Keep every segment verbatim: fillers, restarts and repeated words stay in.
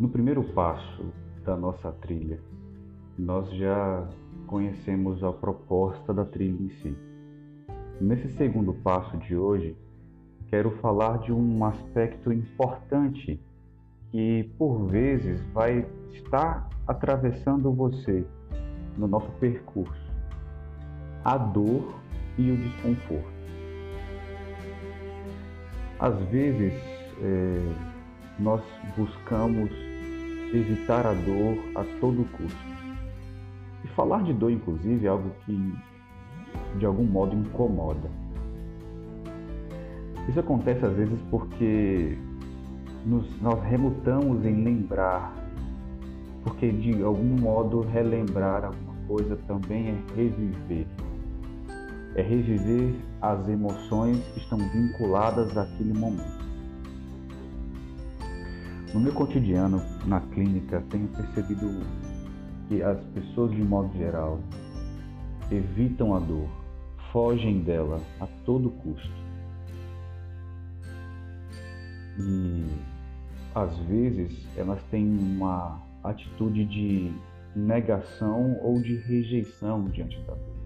No primeiro passo da nossa trilha, nós já conhecemos a proposta da trilha em si. Nesse segundo passo de hoje, quero falar de um aspecto importante que, por vezes, vai estar atravessando você no nosso percurso: a dor e o desconforto. Às vezes, é, nós buscamos evitar a dor a todo custo. E falar de dor, inclusive, é algo que, de algum modo, incomoda. Isso acontece, às vezes, porque nos, nós relutamos em lembrar, porque, de algum modo, relembrar alguma coisa também é reviver. É reviver as emoções que estão vinculadas àquele momento. No meu cotidiano, na clínica, tenho percebido que as pessoas, de modo geral, evitam a dor, fogem dela a todo custo. E, às vezes, elas têm uma atitude de negação ou de rejeição diante da dor.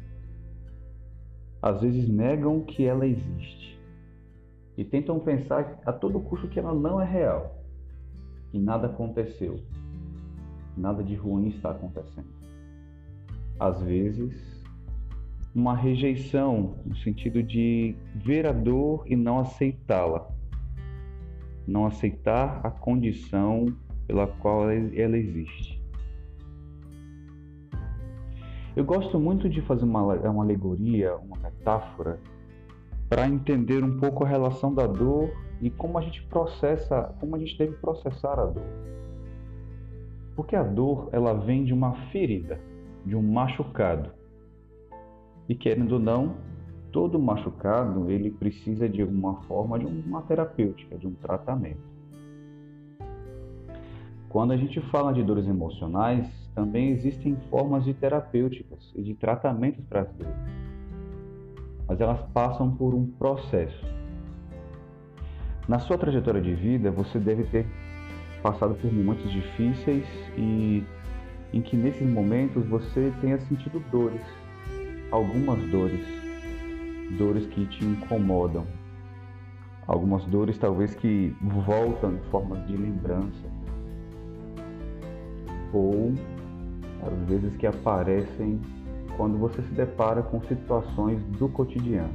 Às vezes negam que ela existe e tentam pensar a todo custo que ela não é real, que nada aconteceu, nada de ruim está acontecendo. Às vezes, uma rejeição no sentido de ver a dor e não aceitá-la, não aceitar a condição pela qual ela existe. Eu gosto muito de fazer uma, uma alegoria, uma metáfora, para entender um pouco a relação da dor e como a gente processa, como a gente deve processar a dor. Porque a dor, ela vem de uma ferida, de um machucado. E, querendo ou não, todo machucado, ele precisa de alguma forma de uma terapêutica, de um tratamento. Quando a gente fala de dores emocionais, também existem formas de terapêuticas e de tratamentos para as dores. Mas elas passam por um processo. Na sua trajetória de vida, você deve ter passado por momentos difíceis e em que nesses momentos você tenha sentido dores, algumas dores, dores que te incomodam, algumas dores talvez que voltam em formas de lembrança, ou às vezes que aparecem quando você se depara com situações do cotidiano.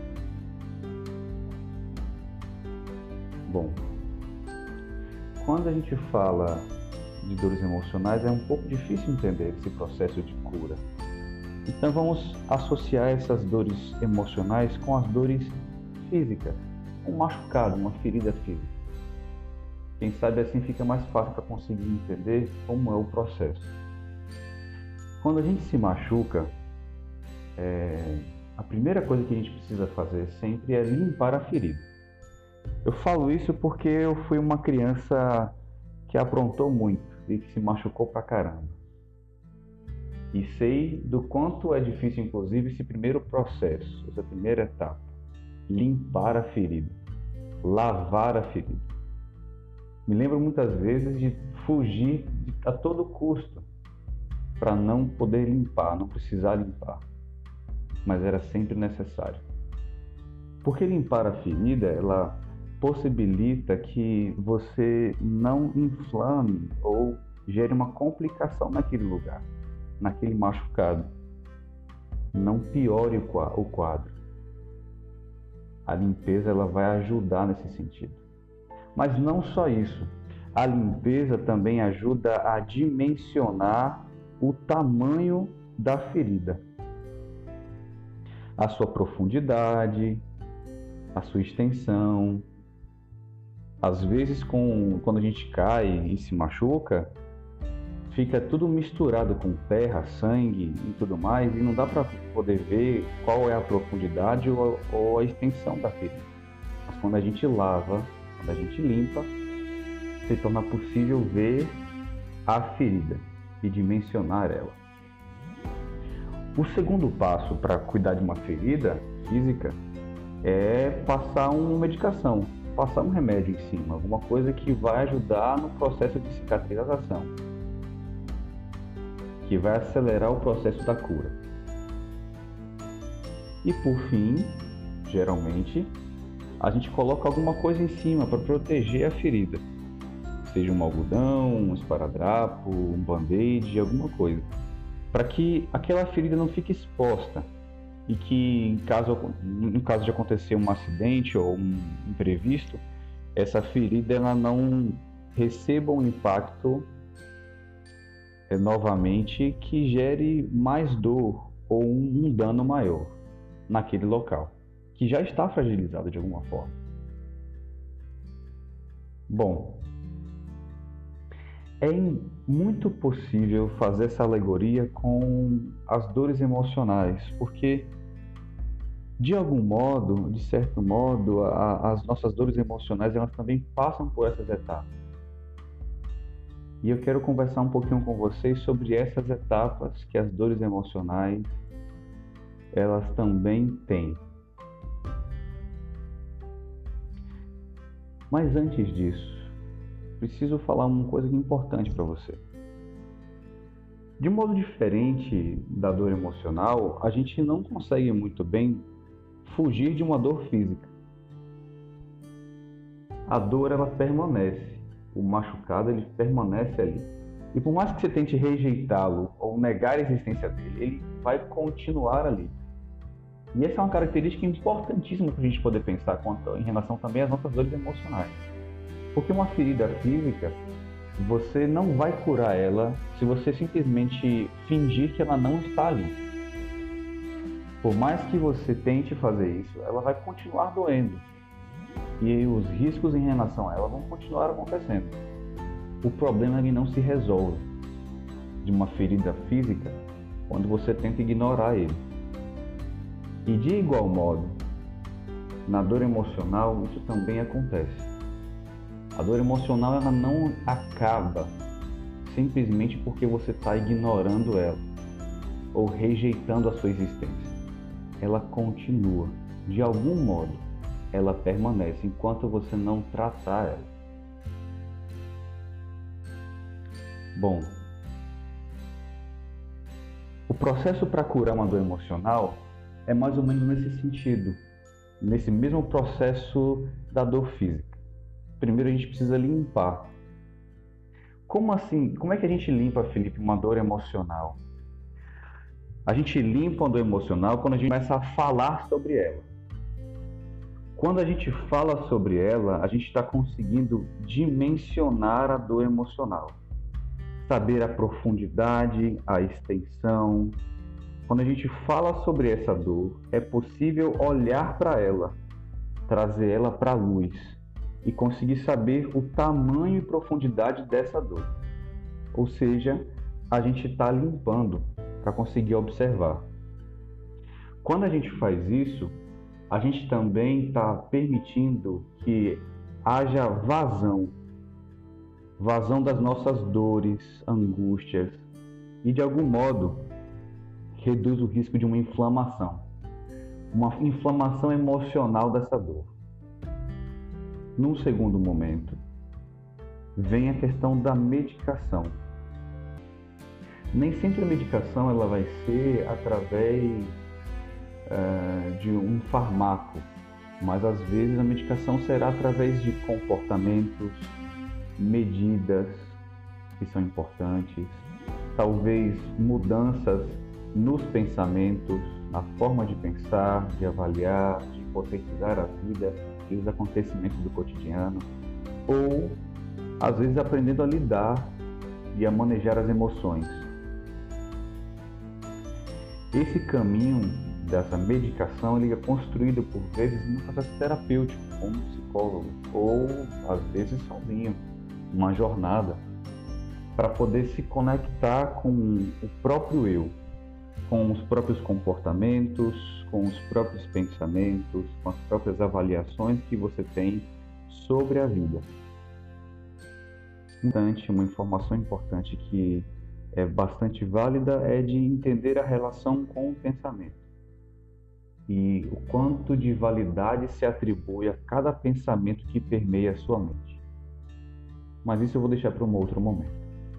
Bom, quando a gente fala de dores emocionais, é um pouco difícil entender esse processo de cura. Então vamos associar essas dores emocionais com as dores físicas, um machucado, uma ferida física. Quem sabe assim fica mais fácil para conseguir entender como é o processo. Quando a gente se machuca, é, a primeira coisa que a gente precisa fazer sempre é limpar a ferida. Eu falo isso porque eu fui uma criança que aprontou muito e que se machucou pra caramba. E sei do quanto é difícil, inclusive, esse primeiro processo, essa primeira etapa. Limpar a ferida, lavar a ferida. Me lembro muitas vezes de fugir a todo custo para não poder limpar, não precisar limpar. Mas era sempre necessário. Porque limpar a ferida, ela possibilita que você não inflame ou gere uma complicação naquele lugar, naquele machucado. Não piore o quadro. A limpeza, ela vai ajudar nesse sentido. Mas não só isso. A limpeza também ajuda a dimensionar o tamanho da ferida, a sua profundidade, a sua extensão. Às vezes, com, quando a gente cai e se machuca, fica tudo misturado com terra, sangue e tudo mais, e não dá para poder ver qual é a profundidade ou, ou a extensão da ferida. Mas quando a gente lava, quando a gente limpa, se torna possível ver a ferida e dimensionar ela. O segundo passo para cuidar de uma ferida física é passar uma medicação, passar um remédio em cima, alguma coisa que vai ajudar no processo de cicatrização, que vai acelerar o processo da cura. E por fim, geralmente, a gente coloca alguma coisa em cima para proteger a ferida, seja um algodão, um esparadrapo, um band-aid, alguma coisa, para que aquela ferida não fique exposta e que, em caso, no caso de acontecer um acidente ou um imprevisto, essa ferida ela não receba um impacto é, novamente que gere mais dor ou um, um dano maior naquele local, que já está fragilizado de alguma forma. Bom, é muito possível fazer essa alegoria com as dores emocionais, porque, de algum modo, de certo modo, a, as nossas dores emocionais elas também passam por essas etapas. E eu quero conversar um pouquinho com vocês sobre essas etapas que as dores emocionais elas também têm. Mas antes disso, preciso falar uma coisa importante para você. De modo diferente da dor emocional, a gente não consegue muito bem fugir de uma dor física. A dor ela permanece, o machucado ele permanece ali. E por mais que você tente rejeitá-lo ou negar a existência dele, ele vai continuar ali. E essa é uma característica importantíssima para a gente poder pensar quanto, em relação também às nossas dores emocionais. Porque uma ferida física, você não vai curar ela se você simplesmente fingir que ela não está ali. Por mais que você tente fazer isso, ela vai continuar doendo. E os riscos em relação a ela vão continuar acontecendo. O problema é que não se resolve de uma ferida física quando você tenta ignorar ele. E de igual modo, na dor emocional, isso também acontece. A dor emocional ela não acaba simplesmente porque você está ignorando ela ou rejeitando a sua existência. Ela continua. De algum modo, ela permanece enquanto você não tratar ela. Bom, o processo para curar uma dor emocional é mais ou menos nesse sentido, nesse mesmo processo da dor física. Primeiro a gente precisa limpar. Como assim? Como é que a gente limpa, Felipe, uma dor emocional? A gente limpa uma dor emocional quando a gente começa a falar sobre ela. Quando a gente fala sobre ela, a gente está conseguindo dimensionar a dor emocional. Saber a profundidade, a extensão. Quando a gente fala sobre essa dor, é possível olhar para ela, trazer ela para a luz e conseguir saber o tamanho e profundidade dessa dor. Ou seja, a gente está limpando para conseguir observar. Quando a gente faz isso, a gente também está permitindo que haja vazão, vazão das nossas dores, angústias e, de algum modo, reduz o risco de uma inflamação, uma inflamação emocional dessa dor. Num segundo momento, vem a questão da medicação. Nem sempre a medicação ela vai ser através uh, de um fármaco, mas às vezes a medicação será através de comportamentos, medidas que são importantes, talvez mudanças nos pensamentos, na forma de pensar, de avaliar, de hipotetizar a vida e os acontecimentos do cotidiano, ou às vezes aprendendo a lidar e a manejar as emoções. Esse caminho dessa medicação ele é construído por vezes num processo terapêutico, com um psicólogo, ou às vezes sozinho, uma jornada, para poder se conectar com o próprio eu, com os próprios comportamentos, com os próprios pensamentos, com as próprias avaliações que você tem sobre a vida. Uma informação importante que é bastante válida é de entender a relação com o pensamento. e o quanto de validade se atribui a cada pensamento que permeia a sua mente. Mas isso eu vou deixar para um outro momento.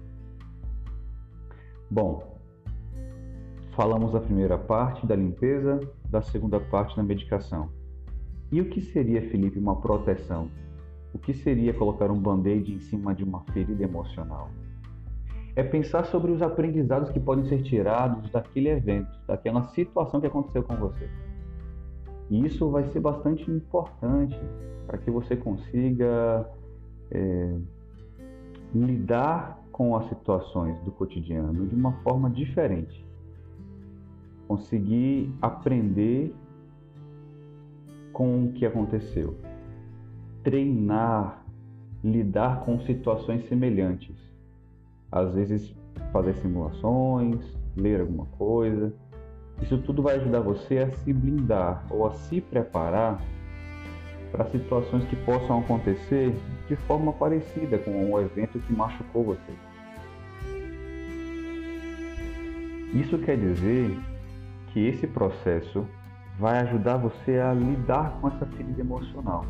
Bom, falamos da primeira parte da limpeza, da segunda parte da medicação. E o que seria, Felipe, uma proteção? O que seria colocar um band-aid em cima de uma ferida emocional? É pensar sobre os aprendizados que podem ser tirados daquele evento, daquela situação que aconteceu com você. E isso vai ser bastante importante para que você consiga é, lidar com as situações do cotidiano de uma forma diferente. Conseguir aprender com o que aconteceu. Treinar, lidar com situações semelhantes. Às vezes fazer simulações, ler alguma coisa. Isso tudo vai ajudar você a se blindar ou a se preparar para situações que possam acontecer de forma parecida com um evento que machucou você. Isso quer dizer que esse processo vai ajudar você a lidar com essa ferida emocional.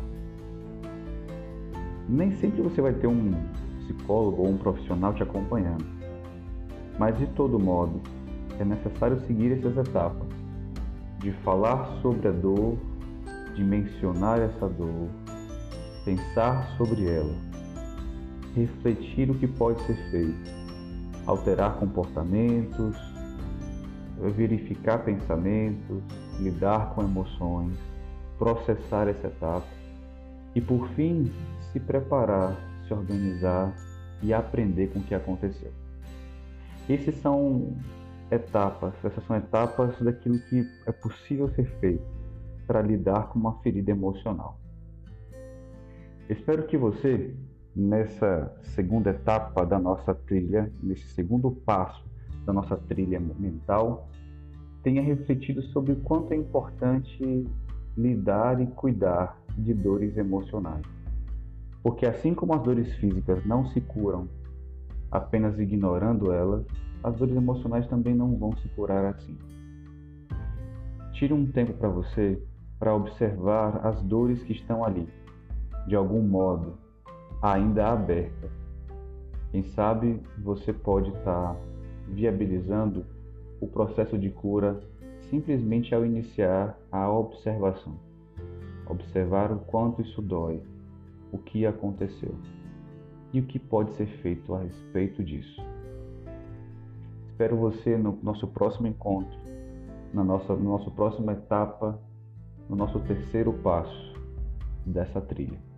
Nem sempre você vai ter um psicólogo ou um profissional te acompanhando, mas de todo modo é necessário seguir essas etapas de falar sobre a dor, de mencionar essa dor, pensar sobre ela, refletir o que pode ser feito, alterar comportamentos, verificar pensamentos, lidar com emoções, processar essa etapa e, por fim, se preparar, se organizar e aprender com o que aconteceu. Essas são etapas, essas são etapas daquilo que é possível ser feito para lidar com uma ferida emocional. Espero que você, nessa segunda etapa da nossa trilha, nesse segundo passo da nossa trilha mental, tenha refletido sobre o quanto é importante lidar e cuidar de dores emocionais. Porque assim como as dores físicas não se curam apenas ignorando elas, as dores emocionais também não vão se curar assim. Tire um tempo para você para observar as dores que estão ali, de algum modo, ainda abertas. Quem sabe você pode estar viabilizando o processo de cura simplesmente ao iniciar a observação. Observar o quanto isso dói, o que aconteceu e o que pode ser feito a respeito disso. Espero você no nosso próximo encontro, na nossa, na nossa próxima etapa, no nosso terceiro passo dessa trilha.